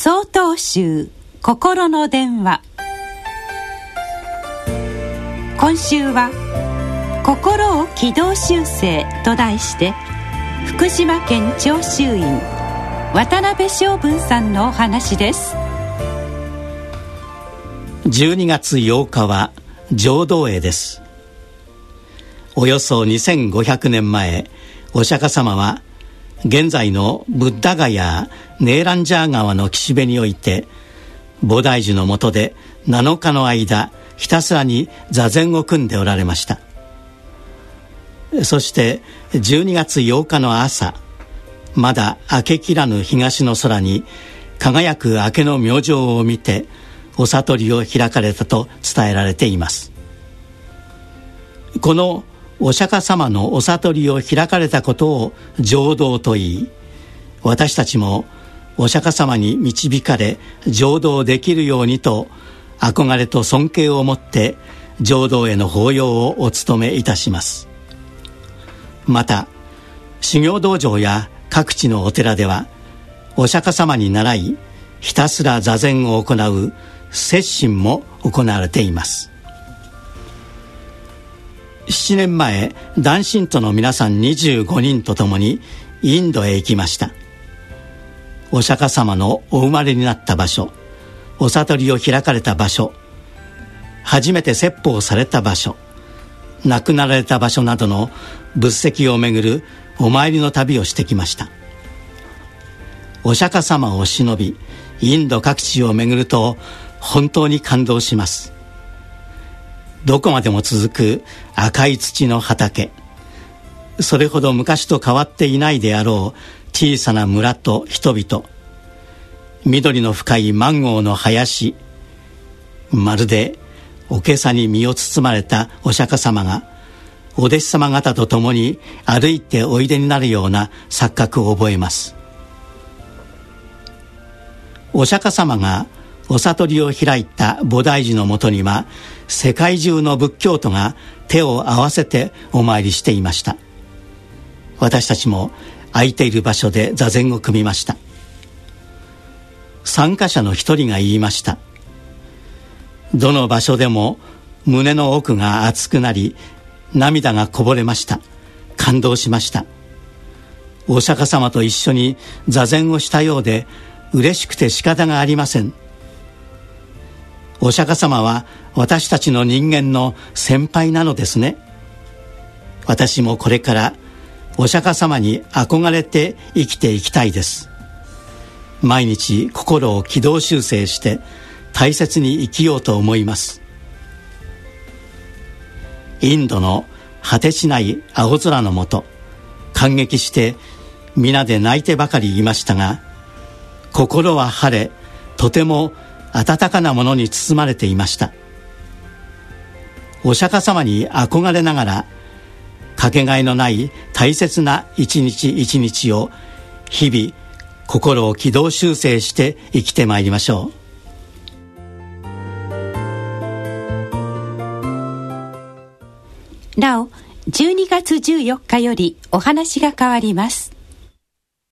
曹洞宗心の電話。今週は心を軌道修正と題して、福島県長州院渡辺正文さんのお話です。 12月8日は浄土会です。およそ2500年前、お釈迦様は現在のブッダガヤネーランジャー川の岸辺において、菩提樹の下で7日の間ひたすらに座禅を組んでおられました。そして12月8日の朝、まだ明けきらぬ東の空に輝く明けの明星を見て、お悟りを開かれたと伝えられています。このお釈迦様のお悟りを開かれたことを浄土と言い、私たちもお釈迦様に導かれ浄土できるようにと、憧れと尊敬を持って浄土への法要をお務めいたします。また修行道場や各地のお寺では、お釈迦様に倣いひたすら座禅を行う摂心も行われています。7年前、男信徒の皆さん25人と共にインドへ行きました。お釈迦様のお生まれになった場所、お悟りを開かれた場所、初めて説法された場所、亡くなられた場所などの仏石をめぐるお参りの旅をしてきました。お釈迦様を忍びインド各地をめぐると、本当に感動します。どこまでも続く赤い土の畑、それほど昔と変わっていないであろう小さな村と人々、緑の深いマンゴーの林、まるでおけさに身を包まれたお釈迦様がお弟子様方と共に歩いておいでになるような錯覚を覚えます。お釈迦様がお悟りを開いた菩提樹のもとには、世界中の仏教徒が手を合わせてお参りしていました。私たちも空いている場所で座禅を組みました。参加者の一人が言いました。どの場所でも胸の奥が熱くなり、涙がこぼれました。感動しました。お釈迦様と一緒に座禅をしたようで嬉しくて仕方がありません。お釈迦様は私たちの人間の先輩なのですね。私もこれからお釈迦様に憧れて生きていきたいです。毎日心を軌道修正して大切に生きようと思います。インドの果てしない青空の下、感激して皆で泣いてばかりいましたが、心は晴れ、とても温かなものに包まれていました。お釈迦様に憧れながら、かけがえのない大切な一日一日を日々心を軌道修正して生きてまいりましょう。なお、12月14日よりお話が変わります。